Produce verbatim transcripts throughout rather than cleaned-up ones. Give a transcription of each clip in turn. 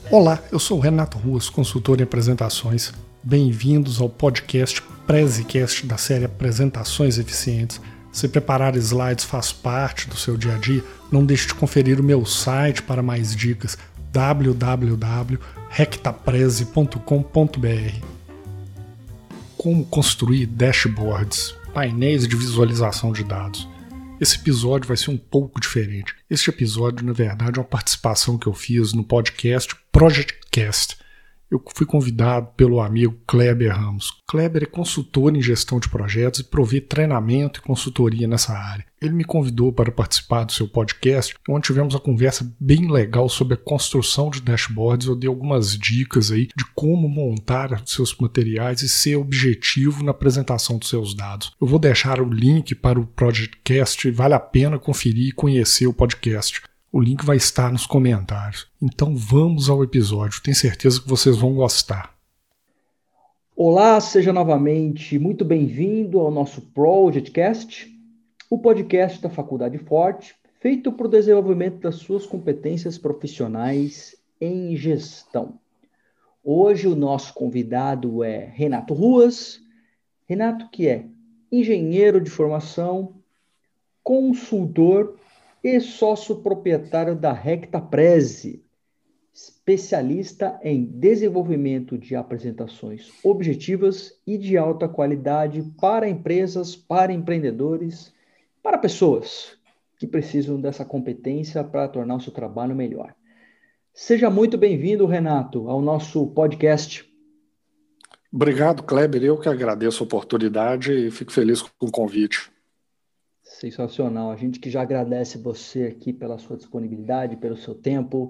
Olá, eu sou o Renato Ruas, consultor em apresentações. Bem-vindos ao podcast PreziCast da série Apresentações Eficientes. Se preparar slides faz parte do seu dia a dia, não deixe de conferir o meu site para mais dicas, w w w ponto rectaprezi ponto com ponto b r. Como construir dashboards, painéis de visualização de dados. Esse episódio vai ser um pouco diferente. Este episódio, na verdade, é uma participação que eu fiz no podcast ProjectCast. Eu fui convidado pelo amigo Kleber Ramos. Kleber é consultor em gestão de projetos e provê treinamento e consultoria nessa área. Ele me convidou para participar do seu podcast, onde tivemos uma conversa bem legal sobre a construção de dashboards. Eu dei algumas dicas aí de como montar seus materiais e ser objetivo na apresentação dos seus dados. Eu vou deixar o link para o ProjectCast, vale a pena conferir e conhecer o podcast. O link vai estar nos comentários. Então vamos ao episódio. Tenho certeza que vocês vão gostar. Olá, seja novamente muito bem-vindo ao nosso ProjectCast, o podcast da Faculdade Forte, feito para o desenvolvimento das suas competências profissionais em gestão. Hoje o nosso convidado é Renato Ruas. Renato, que é engenheiro de formação, consultor e sócio proprietário da Rectaprezi, especialista em desenvolvimento de apresentações objetivas e de alta qualidade para empresas, para empreendedores, para pessoas que precisam dessa competência para tornar o seu trabalho melhor. Seja muito bem-vindo, Renato, ao nosso podcast. Obrigado, Kleber. Eu que agradeço a oportunidade e fico feliz com o convite. Sensacional. A gente que já agradece você aqui pela sua disponibilidade, pelo seu tempo,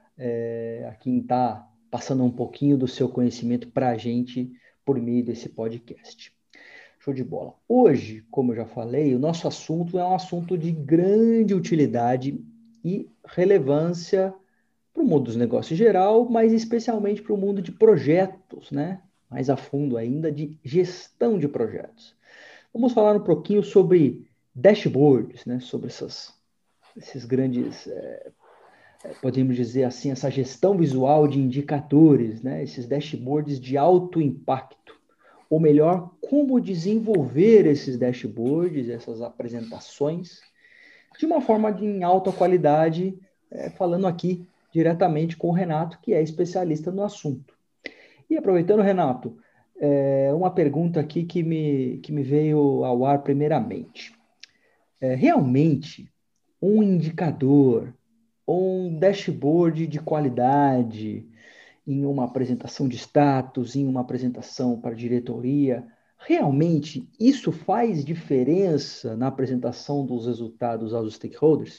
é, aqui está passando um pouquinho do seu conhecimento para a gente por meio desse podcast. Show de bola. Hoje, como eu já falei, o nosso assunto é um assunto de grande utilidade e relevância para o mundo dos negócios em geral, mas especialmente para o mundo de projetos, né? Mais a fundo ainda, de gestão de projetos. Vamos falar um pouquinho sobre dashboards, né, sobre essas, esses grandes, é, podemos dizer assim, essa gestão visual de indicadores, né, esses dashboards de alto impacto. Ou melhor, como desenvolver esses dashboards, essas apresentações, de uma forma de, em alta qualidade, é, falando aqui diretamente com o Renato, que é especialista no assunto. E aproveitando, Renato, é, uma pergunta aqui que me, que me veio ao ar primeiramente. É, realmente, um indicador ou um dashboard de qualidade em uma apresentação de status, em uma apresentação para a diretoria, realmente isso faz diferença na apresentação dos resultados aos stakeholders?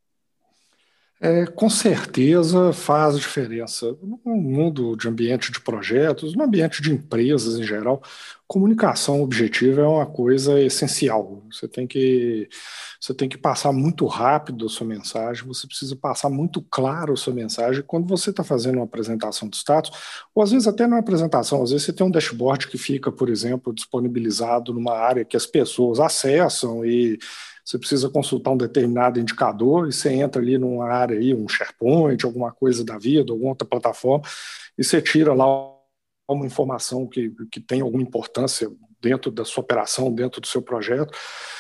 É, com certeza faz diferença. No mundo de ambiente de projetos, no ambiente de empresas em geral, comunicação objetiva é uma coisa essencial. Você tem que, você tem que passar muito rápido a sua mensagem, você precisa passar muito claro a sua mensagem. Quando você está fazendo uma apresentação de status, ou às vezes até não é apresentação, às vezes você tem um dashboard que fica, por exemplo, disponibilizado numa área que as pessoas acessam e você precisa consultar um determinado indicador e você entra ali numa área aí, um SharePoint, alguma coisa da vida, alguma outra plataforma, e você tira lá uma informação que, que tem alguma importância dentro da sua operação, dentro do seu projeto.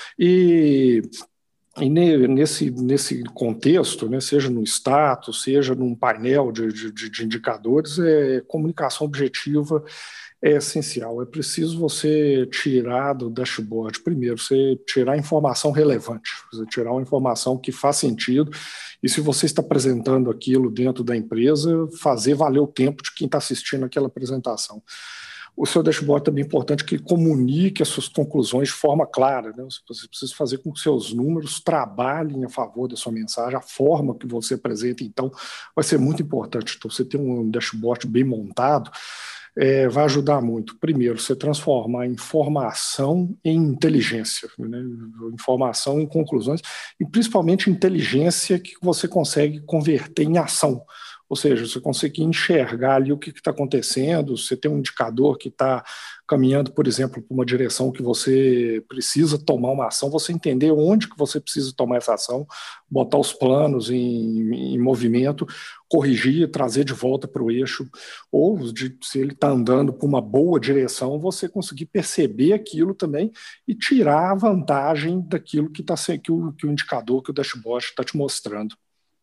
E, e nesse, nesse contexto, né, seja no status, seja num painel de, de, de indicadores, é, comunicação objetiva é essencial. É preciso você tirar do dashboard, primeiro, você tirar informação relevante, você tirar uma informação que faz sentido, e se você está apresentando aquilo dentro da empresa, fazer valer o tempo de quem está assistindo aquela apresentação. O seu dashboard também é importante que ele comunique as suas conclusões de forma clara, né? Você precisa fazer com que seus números trabalhem a favor da sua mensagem, a forma que você apresenta, então, vai ser muito importante. Então, você ter um dashboard bem montado, É, vai ajudar muito. Primeiro, você transformar informação em inteligência, né? Informação em conclusões, e principalmente inteligência que você consegue converter em ação. Ou seja, você conseguir enxergar ali o que está acontecendo, você tem um indicador que está caminhando, por exemplo, para uma direção que você precisa tomar uma ação, você entender onde que você precisa tomar essa ação, botar os planos em, em movimento, corrigir, trazer de volta para o eixo, ou de, se ele está andando por uma boa direção, você conseguir perceber aquilo também e tirar a vantagem daquilo que, tá, que, o, que o indicador, que o dashboard está te mostrando.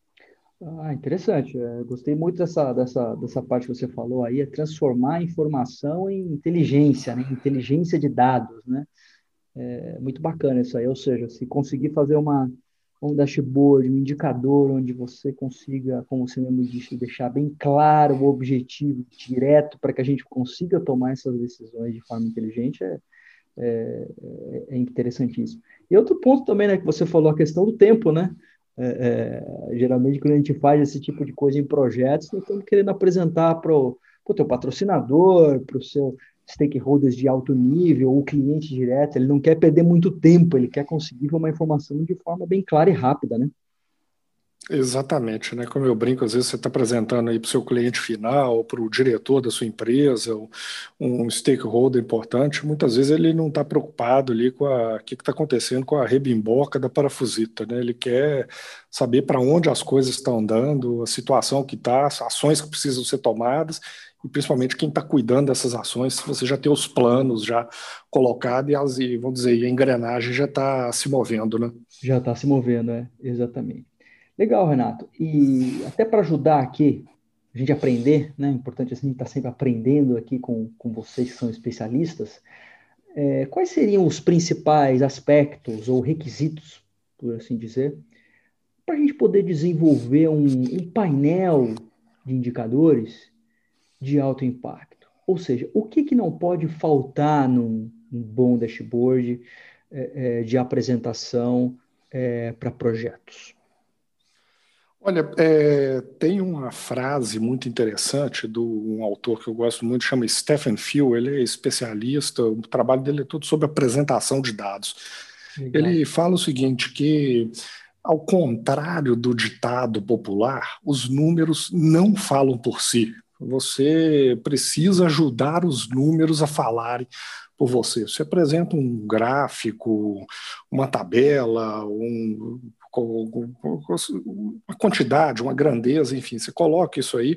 Ah, interessante. É, gostei muito dessa, dessa, dessa parte que você falou aí, é transformar a informação em inteligência, né? Inteligência de dados, né? É muito bacana isso aí. Ou seja, se conseguir fazer uma, um dashboard, um indicador onde você consiga, como você mesmo disse, deixar bem claro o objetivo direto para que a gente consiga tomar essas decisões de forma inteligente, é, é, é interessantíssimo. E outro ponto também, né, que você falou, a questão do tempo, né? É, é, geralmente, quando a gente faz esse tipo de coisa em projetos, nós estamos querendo apresentar para o teu patrocinador, para o seu stakeholders de alto nível, ou cliente direto. Ele não quer perder muito tempo, ele quer conseguir uma informação de forma bem clara e rápida, né? Exatamente, né? Como eu brinco, às vezes você está apresentando aí para o seu cliente final, para o diretor da sua empresa, um stakeholder importante, muitas vezes ele não está preocupado ali com a, o que está acontecendo com a rebimboca da parafusita, né? Ele quer saber para onde as coisas estão andando, a situação que está, as ações que precisam ser tomadas, e principalmente quem está cuidando dessas ações, se você já tem os planos já colocados e, as, e vamos dizer, a engrenagem já está se movendo, né? Já está se movendo, é, exatamente. Legal, Renato. E até para ajudar aqui, a gente aprender, né? É importante assim, a gente estar sempre aprendendo aqui com, com vocês que são especialistas. É, quais seriam os principais aspectos ou requisitos, por assim dizer, para a gente poder desenvolver um, um painel de indicadores de alto impacto? Ou seja, o que, que não pode faltar num, num bom dashboard é, é, de apresentação é, para projetos? Olha, é, tem uma frase muito interessante de um autor que eu gosto muito, chama Stephen Field. Ele é especialista, o trabalho dele é todo sobre apresentação de dados. Legal. Ele fala o seguinte, que ao contrário do ditado popular, os números não falam por si. Você precisa ajudar os números a falarem por você. Você apresenta um gráfico, uma tabela, um, uma quantidade, uma grandeza, enfim, você coloca isso aí,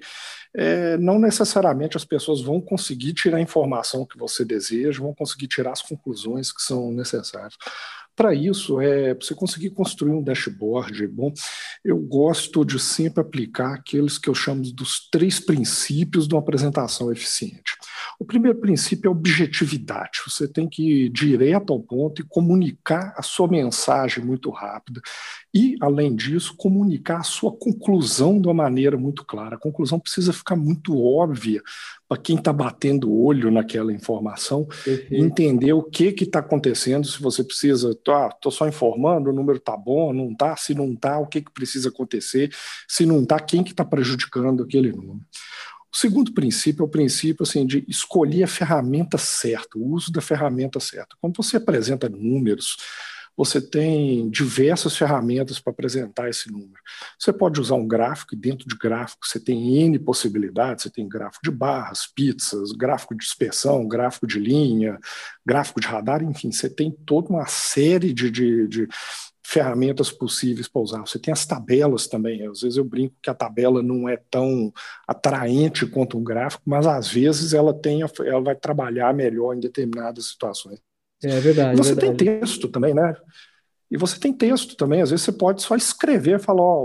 é, não necessariamente as pessoas vão conseguir tirar a informação que você deseja, vão conseguir tirar as conclusões que são necessárias. Para isso, é, para você conseguir construir um dashboard bom, eu gosto de sempre aplicar aqueles que eu chamo dos três princípios de uma apresentação eficiente. O primeiro princípio é objetividade. Você tem que ir direto ao ponto e comunicar a sua mensagem muito rápida. E, além disso, comunicar a sua conclusão de uma maneira muito clara. A conclusão precisa ficar muito óbvia para quem está batendo o olho naquela informação e Perfeito. entender o que está acontecendo, se você precisa, estou ah, só informando, o número está bom, não está, se não está, o que, que precisa acontecer, se não está, quem que está prejudicando aquele número. O segundo princípio é o princípio assim, de escolher a ferramenta certa, o uso da ferramenta certa. Quando você apresenta números, você tem diversas ferramentas para apresentar esse número. Você pode usar um gráfico, e dentro de gráfico você tem N possibilidades, você tem gráfico de barras, pizzas, gráfico de dispersão, gráfico de linha, gráfico de radar, enfim, você tem toda uma série de, de, de ferramentas possíveis para usar. Você tem as tabelas também. Às vezes eu brinco que a tabela não é tão atraente quanto um gráfico, mas às vezes ela, tem, ela vai trabalhar melhor em determinadas situações. É E verdade, é você tem verdade. texto também, né? E você tem texto também. Às vezes você pode só escrever, falar, ó,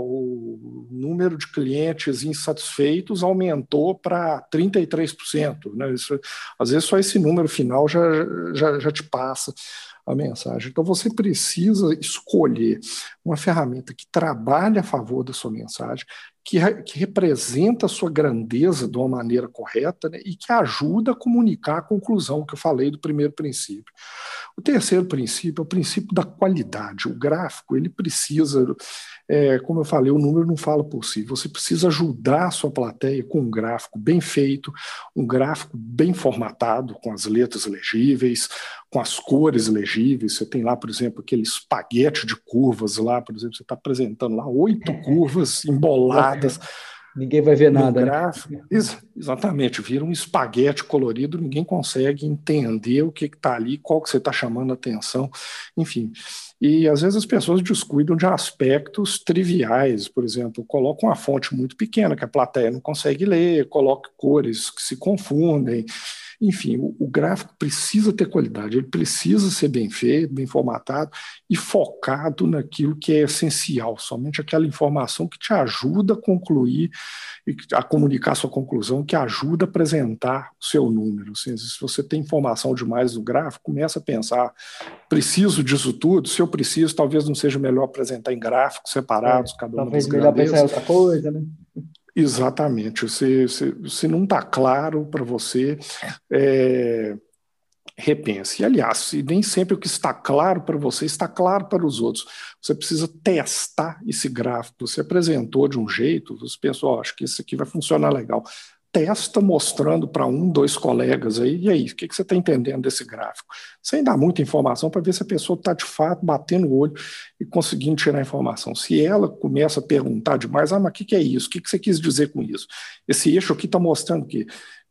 o número de clientes insatisfeitos aumentou para trinta e três por cento, né? Isso, às vezes só esse número final já, já, já te passa a mensagem. Então você precisa escolher uma ferramenta que trabalhe a favor da sua mensagem, que, que representa a sua grandeza de uma maneira correta, né, e que ajuda a comunicar a conclusão que eu falei do primeiro princípio. O terceiro princípio é o princípio da qualidade. O gráfico, ele precisa, é, como eu falei, o número não fala por si. Você precisa ajudar a sua plateia com um gráfico bem feito, um gráfico bem formatado, com as letras legíveis, com as cores legíveis. Você tem lá, por exemplo, aquele espaguete de curvas lá, por exemplo, você está apresentando lá oito curvas emboladas. Ninguém vai ver Num nada, né? gráfico, ex exatamente, vira um espaguete colorido, ninguém consegue entender o que está ali, qual que você está chamando a atenção, enfim. E às vezes as pessoas descuidam de aspectos triviais, por exemplo, colocam uma fonte muito pequena que a plateia não consegue ler, colocam cores que se confundem. Enfim, o, o gráfico precisa ter qualidade, ele precisa ser bem feito, bem formatado e focado naquilo que é essencial, somente aquela informação que te ajuda a concluir e a comunicar a sua conclusão, que ajuda a apresentar o seu número. Assim, se você tem informação demais no gráfico, começa a pensar, preciso disso tudo? Se eu preciso, talvez não seja melhor apresentar em gráficos É, separados, cada uma das talvez melhor pensar em grandezas. outra coisa, né? Exatamente. Se, se, se não está claro para você, é, repense. E, aliás, se nem sempre o que está claro para você está claro para os outros. Você precisa testar esse gráfico. Você apresentou de um jeito, você pensou, oh, acho que isso aqui vai funcionar legal. Testa mostrando para um, dois colegas aí, e aí, o que, que você está entendendo desse gráfico? Sem dar muita informação para ver se a pessoa está de fato batendo o olho e conseguindo tirar a informação. Se ela começa a perguntar demais, ah, mas o que, que é isso? O que, que você quis dizer com isso? Esse eixo aqui está mostrando que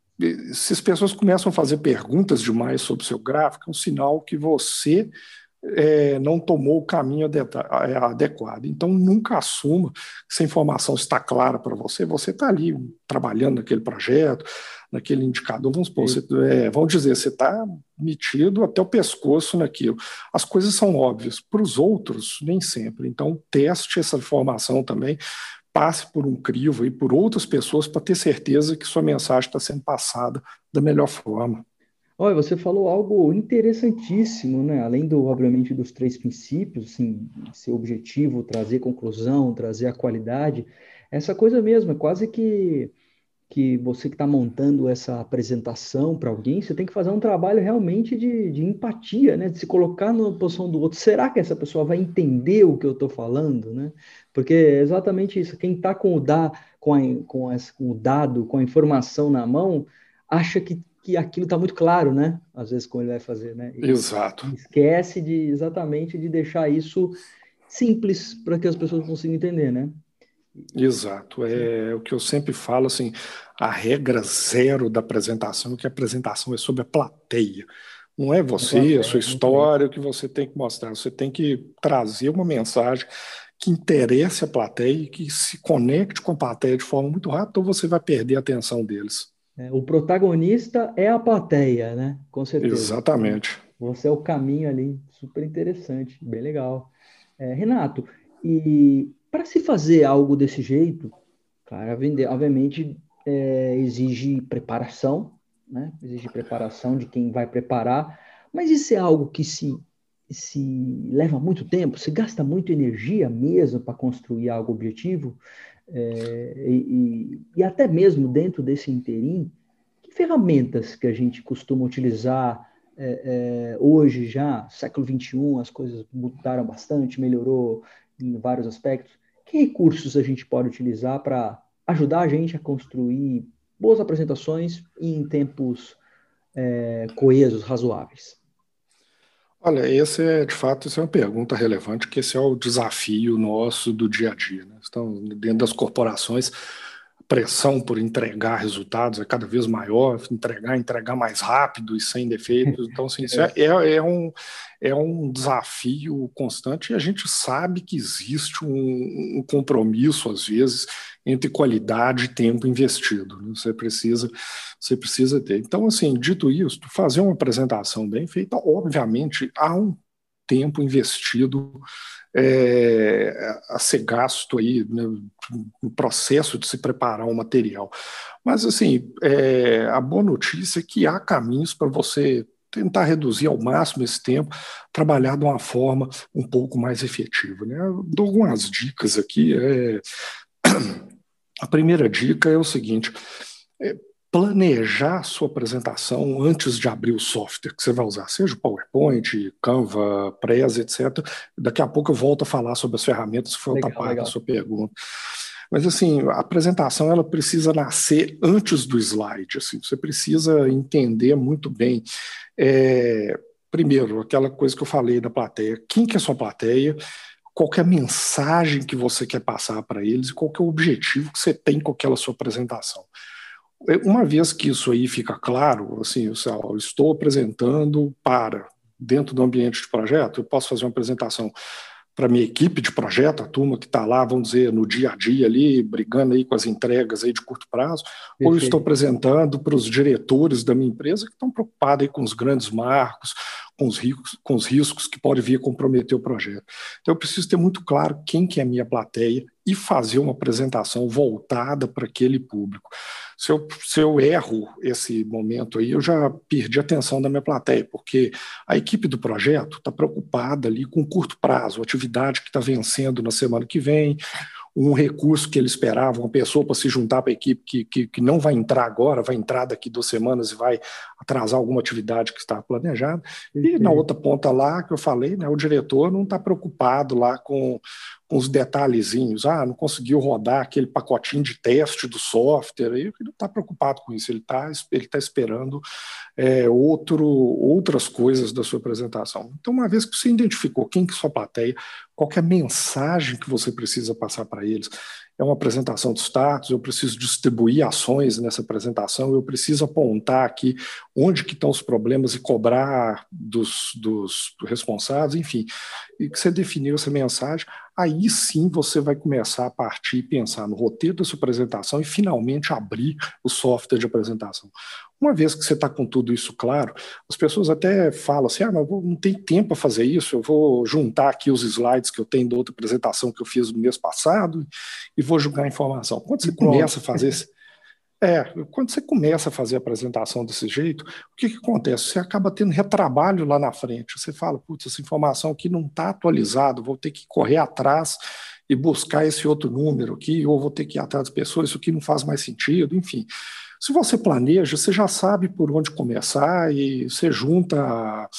se as pessoas começam a fazer perguntas demais sobre o seu gráfico, é um sinal que você é, não tomou o caminho adequado. Então, nunca assuma que essa informação está clara para você. Você está ali trabalhando naquele projeto, naquele indicador. Vamos supor, você, é, vamos dizer, você está metido até o pescoço naquilo. As coisas são óbvias. Para os outros, nem sempre. Então, teste essa informação também. Passe por um crivo e por outras pessoas para ter certeza que sua mensagem está sendo passada da melhor forma. Olha, você falou algo interessantíssimo, né? Além do, obviamente, dos três princípios, assim, ser objetivo, trazer conclusão, trazer a qualidade, essa coisa mesmo, é quase que que você que está montando essa apresentação para alguém, você tem que fazer um trabalho realmente de, de empatia, né? De se colocar na posição do outro. Será que essa pessoa vai entender o que eu estou falando, né? Porque é exatamente isso. Quem está com o da, com, a, com, essa, com o dado, com a informação na mão, acha que, que aquilo está muito claro, né? Às vezes, como ele vai fazer, né? E, Exato. e esquece de exatamente de deixar isso simples para que as pessoas consigam entender, né? Exato, é o que eu sempre falo, assim, a regra zero da apresentação é que a apresentação é sobre a plateia, não é A você, a sua plateia, muito bem. história, o que você tem que mostrar, você tem que trazer uma mensagem que interesse a plateia e que se conecte com a plateia de forma muito rápida ou você vai perder a atenção deles. É, o protagonista é a plateia, né? Com certeza. Então, Exatamente. você é o caminho ali, super interessante, bem legal. É, Renato, e para se fazer algo desse jeito, claro, vender, obviamente, é, exige preparação, né? Exige preparação de quem vai preparar, mas isso é algo que se, se leva muito tempo, se gasta muito energia mesmo para construir algo objetivo, é, e, e até mesmo dentro desse interim, que ferramentas que a gente costuma utilizar é, é, hoje já, século vinte e um, as coisas mudaram bastante, melhorou em vários aspectos. Que recursos a gente pode utilizar para ajudar a gente a construir boas apresentações em tempos é, coesos, razoáveis? Olha, esse é, de fato, essa é uma pergunta relevante, que esse é o desafio nosso do dia a dia, né? Então, dentro das corporações, a pressão por entregar resultados é cada vez maior, entregar, entregar mais rápido e sem defeitos. Então, assim, isso é, é, é um, é um desafio constante e a gente sabe que existe um, um compromisso, às vezes, entre qualidade e tempo investido, né? Você precisa, você precisa ter. Então, assim, dito isso, fazer uma apresentação bem feita, obviamente, há um tempo investido é, a ser gasto aí, né, no processo de se preparar um material. Mas, assim, é, a boa notícia é que há caminhos para você tentar reduzir ao máximo esse tempo, trabalhar de uma forma um pouco mais efetiva, né? Eu dou algumas dicas aqui. É, a primeira dica é o seguinte: é, planejar sua apresentação antes de abrir o software que você vai usar, seja o PowerPoint, Canva, Prezi, etcétera. Daqui a pouco eu volto a falar sobre as ferramentas, que foi outra Legal, parte da legal. sua pergunta. Mas, assim, a apresentação ela precisa nascer antes do slide. Assim, você precisa entender muito bem, é, primeiro, aquela coisa que eu falei da plateia. Quem que é a sua plateia? qual que é a mensagem que você quer passar para eles e qual que é o objetivo que você tem com aquela sua apresentação. Uma vez que isso aí fica claro, assim, eu estou apresentando para, dentro do ambiente de projeto, eu posso fazer uma apresentação para a minha equipe de projeto, a turma que está lá, vamos dizer, no dia a dia ali, brigando aí com as entregas aí de curto prazo, Perfeito. Ou eu estou apresentando para os diretores da minha empresa que estão preocupados aí com os grandes marcos, com os, riscos, com os riscos que podem vir a comprometer o projeto. Então eu preciso ter muito claro quem que é a minha plateia e fazer uma apresentação voltada para aquele público. Se eu, se eu erro esse momento aí, eu já perdi a atenção da minha plateia, porque a equipe do projeto está preocupada ali com curto prazo, atividade que está vencendo na semana que vem, um recurso que ele esperava, uma pessoa para se juntar para a equipe que, que, que não vai entrar agora, vai entrar daqui duas semanas e vai atrasar alguma atividade que está planejada. E na outra ponta lá, que eu falei, né, o diretor não está preocupado lá com, com os detalhezinhos. Ah, não conseguiu rodar aquele pacotinho de teste do software. Ele não está preocupado com isso, ele está ele tá esperando é, outro, outras coisas da sua apresentação. Então, uma vez que você identificou quem que é sua plateia, qual que é a mensagem que você precisa passar para eles? É uma apresentação de status, eu preciso distribuir ações nessa apresentação, eu preciso apontar aqui onde que estão os problemas e cobrar dos, dos responsáveis, enfim. E que você definiu essa mensagem, aí sim você vai começar a partir e pensar no roteiro da sua apresentação e finalmente abrir o software de apresentação. Uma vez que você está com tudo isso claro, as pessoas até falam assim, ah, mas eu não tenho tempo para fazer isso, eu vou juntar aqui os slides que eu tenho da outra apresentação que eu fiz no mês passado e vou jogar a informação. Quando você começa a fazer esse, é, quando você começa a fazer a apresentação desse jeito, o que, que acontece? Você acaba tendo retrabalho lá na frente. Você fala, putz, essa informação aqui não está atualizada, vou ter que correr atrás e buscar esse outro número aqui, ou vou ter que ir atrás das pessoas, isso aqui não faz mais sentido, enfim. Se você planeja, você já sabe por onde começar e você junta a,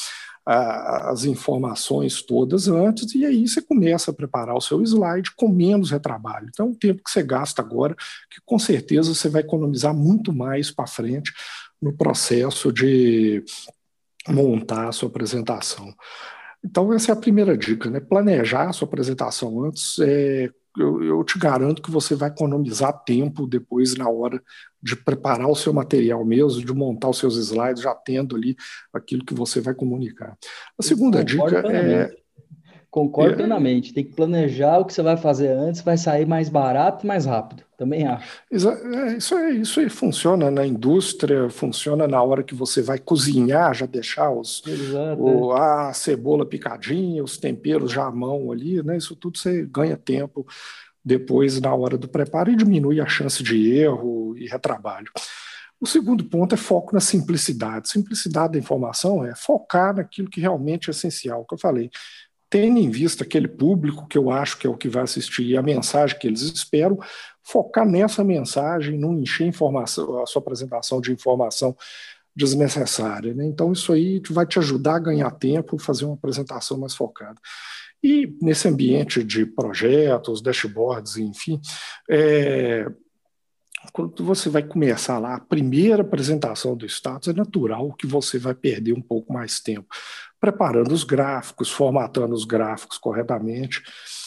a, as informações todas antes e aí você começa a preparar o seu slide com menos retrabalho. Então, o tempo que você gasta agora, que com certeza você vai economizar muito mais para frente no processo de montar a sua apresentação. Então, essa é a primeira dica, né? Planejar a sua apresentação antes é Eu, eu te garanto que você vai economizar tempo depois na hora de preparar o seu material mesmo, de montar os seus slides, já tendo ali aquilo que você vai comunicar. A segunda dica é... Concordo plenamente. Tem que planejar o que você vai fazer antes, vai sair mais barato e mais rápido. Também acho. Isso aí, isso aí funciona na indústria, funciona na hora que você vai cozinhar, já deixar os, Exato, o, é. a cebola picadinha, os temperos já à mão ali, né? Isso tudo você ganha tempo depois na hora do preparo e diminui a chance de erro e retrabalho. O segundo ponto é foco na simplicidade. Simplicidade da informação é focar naquilo que realmente é essencial, que eu falei. Tendo em vista aquele público que eu acho que é o que vai assistir e a mensagem que eles esperam, focar nessa mensagem, não encher informação, a sua apresentação de informação desnecessária, né? Então isso aí vai te ajudar a ganhar tempo, fazer uma apresentação mais focada. E nesse ambiente de projetos, dashboards, enfim, é, quando você vai começar lá, a primeira apresentação do status, é natural que você vai perder um pouco mais tempo preparando os gráficos, formatando os gráficos corretamente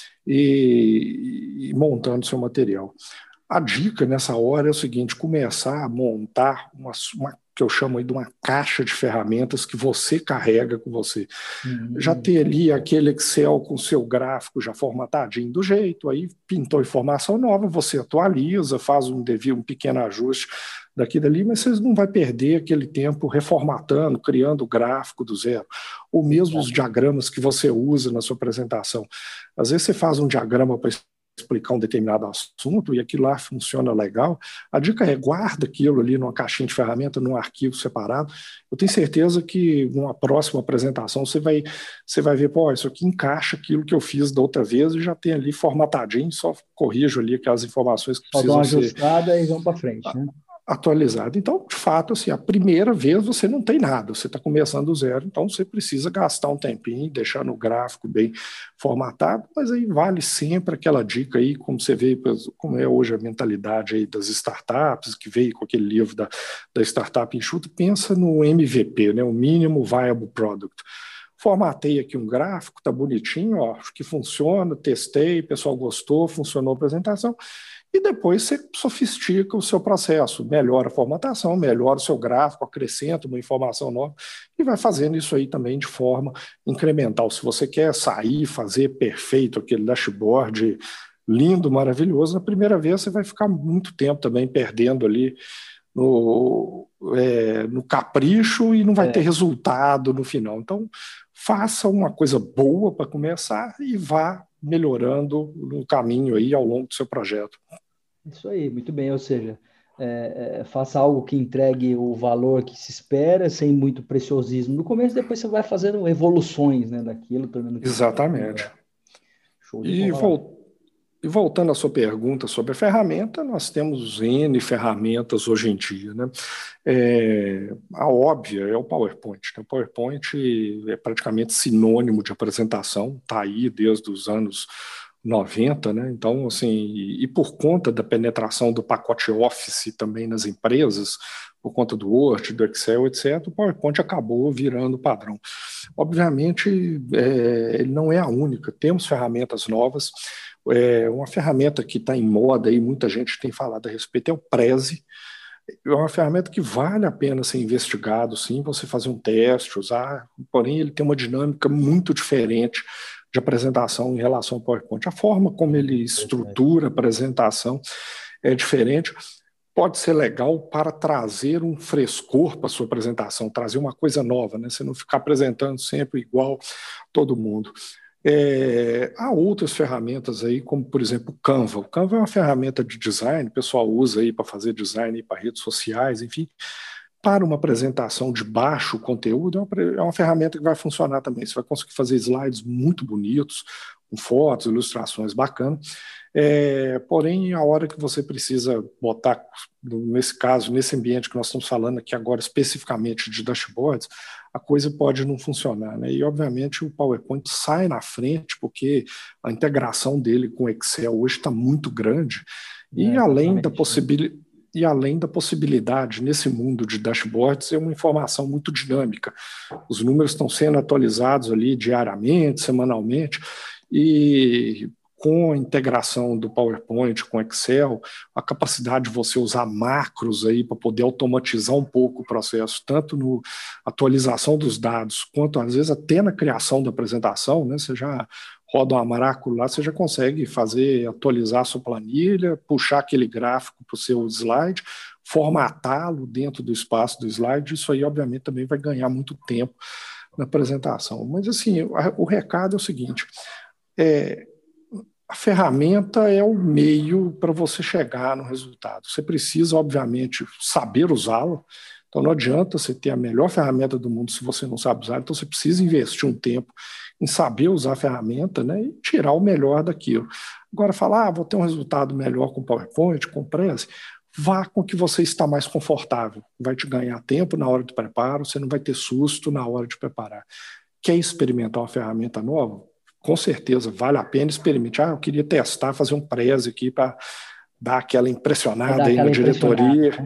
e, e montando seu material. A dica nessa hora é o seguinte, começar a montar uma, uma que eu chamo aí de uma caixa de ferramentas que você carrega com você. Uhum. Já ter ali aquele Excel com seu gráfico já formatadinho do jeito, aí pintou informação nova, você atualiza, faz um devir, um pequeno ajuste daqui e dali, mas você não vai perder aquele tempo reformatando, criando o gráfico do zero. Ou mesmo os diagramas que você usa na sua apresentação. Às vezes você faz um diagrama para explicar um determinado assunto e aquilo lá funciona legal, a dica é guarda aquilo ali numa caixinha de ferramenta, num arquivo separado. Eu tenho certeza que numa próxima apresentação você vai, você vai ver, pô, isso aqui encaixa aquilo que eu fiz da outra vez e já tem ali formatadinho, só corrijo ali aquelas informações que só precisam uma ser... ajustada e vão para frente, né? Atualizado. Então, de fato, assim, a primeira vez você não tem nada, você está começando do zero, então você precisa gastar um tempinho, deixar no gráfico bem formatado, mas aí vale sempre aquela dica aí, como você vê, como é hoje a mentalidade aí das startups, que veio com aquele livro da, da Startup Enxuta, pensa no M V P, né, o Mínimo Viable Product. formatei aqui um gráfico, tá bonitinho, ó, acho que funciona, testei, o pessoal gostou, funcionou a apresentação, e depois você sofistica o seu processo, melhora a formatação, melhora o seu gráfico, acrescenta uma informação nova e vai fazendo isso aí também de forma incremental. Se você quer sair, fazer perfeito aquele dashboard lindo, maravilhoso, na primeira vez você vai ficar muito tempo também perdendo ali no, é, no capricho e não vai ter É, resultado no final. Então, faça uma coisa boa para começar e vá melhorando no caminho aí ao longo do seu projeto. isso aí, muito bem. Ou seja, é, é, faça algo que entregue o valor que se espera, sem muito preciosismo no começo, depois você vai fazendo evoluções, né, daquilo, tornando aquilo cada vez Exatamente. melhor. Show de E, bola. vol e voltando à sua pergunta sobre a ferramenta, nós temos N ferramentas hoje em dia, né? É, a óbvia é o PowerPoint, né? O PowerPoint é praticamente sinônimo de apresentação, está aí desde os anos noventa, né? Então, assim, e, e por conta da penetração do pacote Office também nas empresas, por conta do Word, do Excel, etcétera, o PowerPoint acabou virando padrão. Obviamente, é, ele não é a única, temos ferramentas novas. É, uma ferramenta que está em moda e muita gente tem falado a respeito é o Prezi. É uma ferramenta que vale a pena ser investigado, sim, você fazer um teste, usar, porém ele tem uma dinâmica muito diferente de apresentação em relação ao PowerPoint. A forma como ele Verdade. estrutura a apresentação é diferente. Pode ser legal para trazer um frescor para a sua apresentação, trazer uma coisa nova, né? Você não ficar apresentando sempre igual todo mundo. É, há outras ferramentas aí, como por exemplo o Canva. O Canva é uma ferramenta de design, o pessoal usa aí para fazer design para redes sociais, enfim. Para uma apresentação de baixo conteúdo, é uma, é uma ferramenta que vai funcionar também. Você vai conseguir fazer slides muito bonitos, com fotos, ilustrações bacanas. É, porém, a hora que você precisa botar, nesse caso, nesse ambiente que nós estamos falando aqui agora, especificamente de dashboards, a coisa pode não funcionar, né? E, obviamente, o PowerPoint sai na frente, porque a integração dele com o Excel hoje está muito grande, e É, além da exatamente, né? possibilidade. E além da possibilidade, nesse mundo de dashboards, é uma informação muito dinâmica. Os números estão sendo atualizados ali diariamente, semanalmente, e com a integração do PowerPoint com Excel, a capacidade de você usar macros aí para poder automatizar um pouco o processo, tanto na atualização dos dados, quanto às vezes até na criação da apresentação, né? Você já roda uma macro lá, você já consegue fazer, atualizar a sua planilha, puxar aquele gráfico para o seu slide, formatá-lo dentro do espaço do slide, isso aí obviamente também vai ganhar muito tempo na apresentação. Mas assim, o recado é o seguinte, é, a ferramenta é o meio para você chegar no resultado. Você precisa, obviamente, saber usá-la. Então, não adianta você ter a melhor ferramenta do mundo se você não sabe usar. Então, você precisa investir um tempo em saber usar a ferramenta, né, e tirar o melhor daquilo. Agora, falar, ah, vou ter um resultado melhor com PowerPoint, com Prezi, vá com o que você está mais confortável. Vai te ganhar tempo na hora do preparo, você não vai ter susto na hora de preparar. Quer experimentar uma ferramenta nova? Com certeza, vale a pena experimentar. Ah, eu queria testar, fazer um Prezi aqui para dar aquela Vai dar impressionada aí na aquela impressionada, diretoria. né?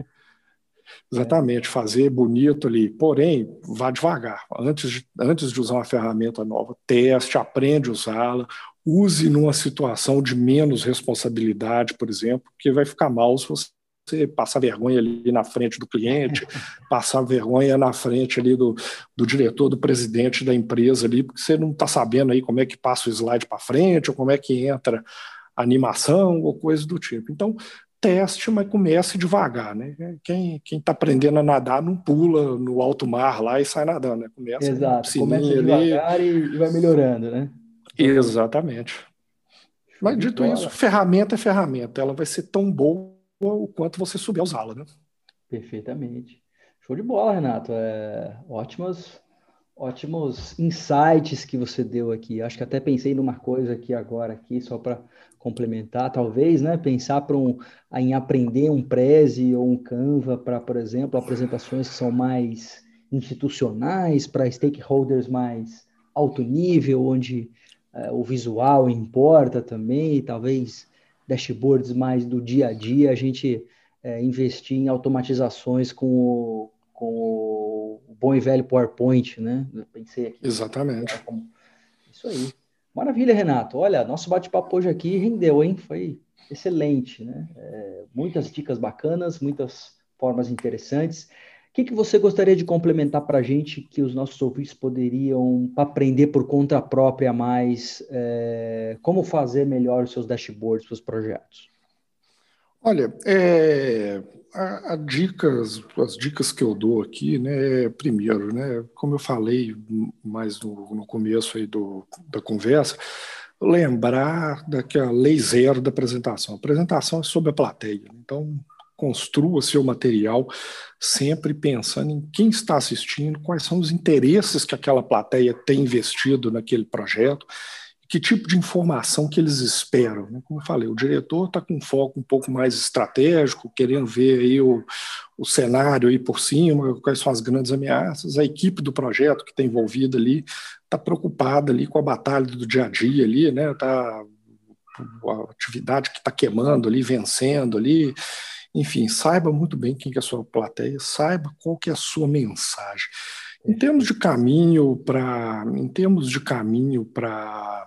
É, Exatamente, fazer bonito ali. Porém, vá devagar. Antes de, antes de usar uma ferramenta nova, teste, aprende a usá-la, use numa situação de menos responsabilidade, por exemplo, porque vai ficar mal se você passar vergonha ali na frente do cliente, passar vergonha na frente ali do, do diretor, do presidente da empresa ali, porque você não está sabendo aí como é que passa o slide para frente, ou como é que entra a animação, ou coisa do tipo. Então, teste, mas comece devagar, né? Quem quem está aprendendo a nadar não pula no alto mar lá e sai nadando, né? Começa numa exato. Começa piscininha ali. devagar e, e vai melhorando, né? Exatamente. Exatamente. Show Mas de dito isso, bola. ferramenta é ferramenta, ela vai ser tão boa o quanto você souber usá-la, né? Perfeitamente. Show de bola, Renato. É, ótimas, ótimos insights que você deu aqui. Acho que até pensei numa coisa aqui agora, aqui, só para complementar, talvez, né? Pensar para um, em aprender um Prezi ou um Canva para, por exemplo, apresentações que são mais institucionais, para stakeholders mais alto nível, onde é, o visual importa também, e talvez dashboards mais do dia a dia, a gente é, investir em automatizações com o, com o bom e velho PowerPoint, né? Eu pensei aqui. Exatamente. Isso aí. Maravilha, Renato. Olha, nosso bate-papo hoje aqui rendeu, hein? Foi excelente, né? É, muitas dicas bacanas, muitas formas interessantes. O que, que você gostaria de complementar para a gente que os nossos ouvintes poderiam aprender por conta própria mais? É, como fazer melhor os seus dashboards para os projetos? Olha, é, a, a dicas, as dicas que eu dou aqui, né, primeiro, né, como eu falei mais no, no começo aí do, da conversa, lembrar daquela lei zero da apresentação. A apresentação é sobre a plateia, então construa seu material sempre pensando em quem está assistindo, quais são os interesses que aquela plateia tem investido naquele projeto, que tipo de informação que eles esperam. Né? Como eu falei, o diretor está com um foco um pouco mais estratégico, querendo ver aí o, o cenário aí por cima, quais são as grandes ameaças. A equipe do projeto que está envolvida ali está preocupada ali com a batalha do dia a dia ali, né? Tá, a atividade que está queimando ali, vencendo ali. Enfim, saiba muito bem quem que é a sua plateia, saiba qual que é a sua mensagem. Em termos de caminho para, em termos de caminho para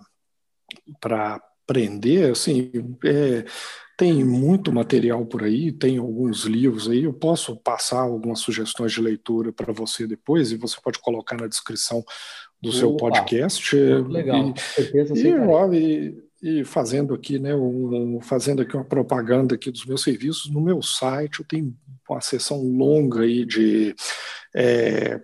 para aprender, assim, é, tem muito material por aí, tem alguns livros aí, eu posso passar algumas sugestões de leitura para você depois e você pode colocar na descrição do Opa, seu podcast. Legal, e, com certeza e, ó, e, e fazendo aqui, né, um, fazendo aqui uma propaganda aqui dos meus serviços, no meu site eu tenho uma seção longa aí de é,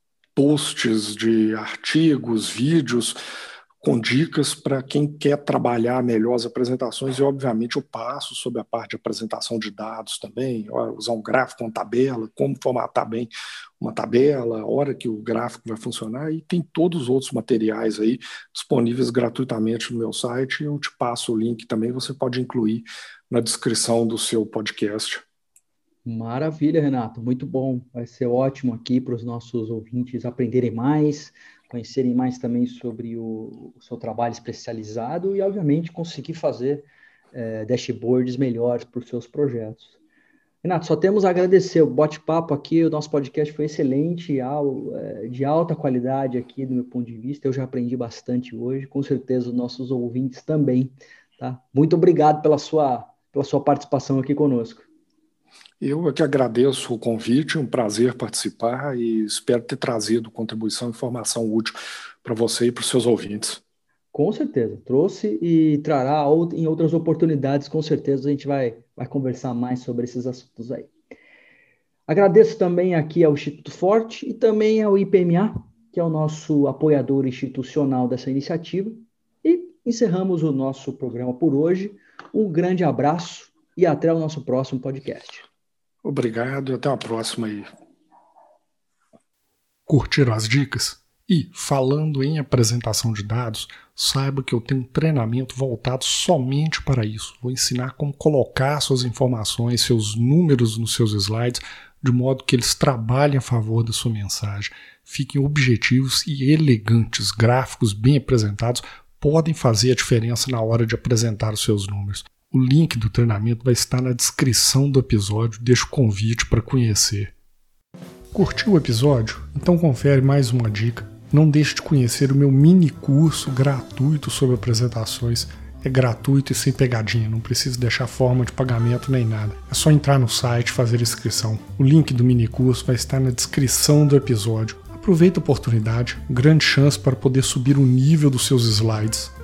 posts, de artigos, vídeos, com dicas para quem quer trabalhar melhor as apresentações, e obviamente eu passo sobre a parte de apresentação de dados também, usar um gráfico, uma tabela, como formatar bem uma tabela, a hora que o gráfico vai funcionar, e tem todos os outros materiais aí disponíveis gratuitamente no meu site, eu te passo o link também, você pode incluir na descrição do seu podcast. Maravilha, Renato, muito bom, vai ser ótimo aqui para os nossos ouvintes aprenderem mais, conhecerem mais também sobre o, o seu trabalho especializado e, obviamente, conseguir fazer é, dashboards melhores para os seus projetos. Renato, só temos a agradecer o bate-papo aqui, o nosso podcast foi excelente, de alta qualidade aqui do meu ponto de vista, eu já aprendi bastante hoje, com certeza os nossos ouvintes também, tá? Muito obrigado pela sua, pela sua participação aqui conosco. Eu é que agradeço o convite, um prazer participar e espero ter trazido contribuição e informação útil para você e para os seus ouvintes. Com certeza, trouxe e trará em outras oportunidades, com certeza a gente vai, vai conversar mais sobre esses assuntos aí. Agradeço também aqui ao Instituto Forte e também ao I P M A, que é o nosso apoiador institucional dessa iniciativa, e encerramos o nosso programa por hoje. Um grande abraço e até o nosso próximo podcast. Obrigado e até a próxima aí. Curtiram as dicas? E, falando em apresentação de dados, saiba que eu tenho um treinamento voltado somente para isso. Vou ensinar como colocar suas informações, seus números nos seus slides, de modo que eles trabalhem a favor da sua mensagem. Fiquem objetivos e elegantes. Gráficos bem apresentados podem fazer a diferença na hora de apresentar os seus números. O link do treinamento vai estar na descrição do episódio. Deixo o convite para conhecer. Curtiu o episódio? Então confere mais uma dica. Não deixe de conhecer o meu mini curso gratuito sobre apresentações. É gratuito e sem pegadinha, não precisa deixar forma de pagamento nem nada. É só entrar no site e fazer inscrição. O link do mini curso vai estar na descrição do episódio. Aproveita a oportunidade, grande chance para poder subir o nível dos seus slides.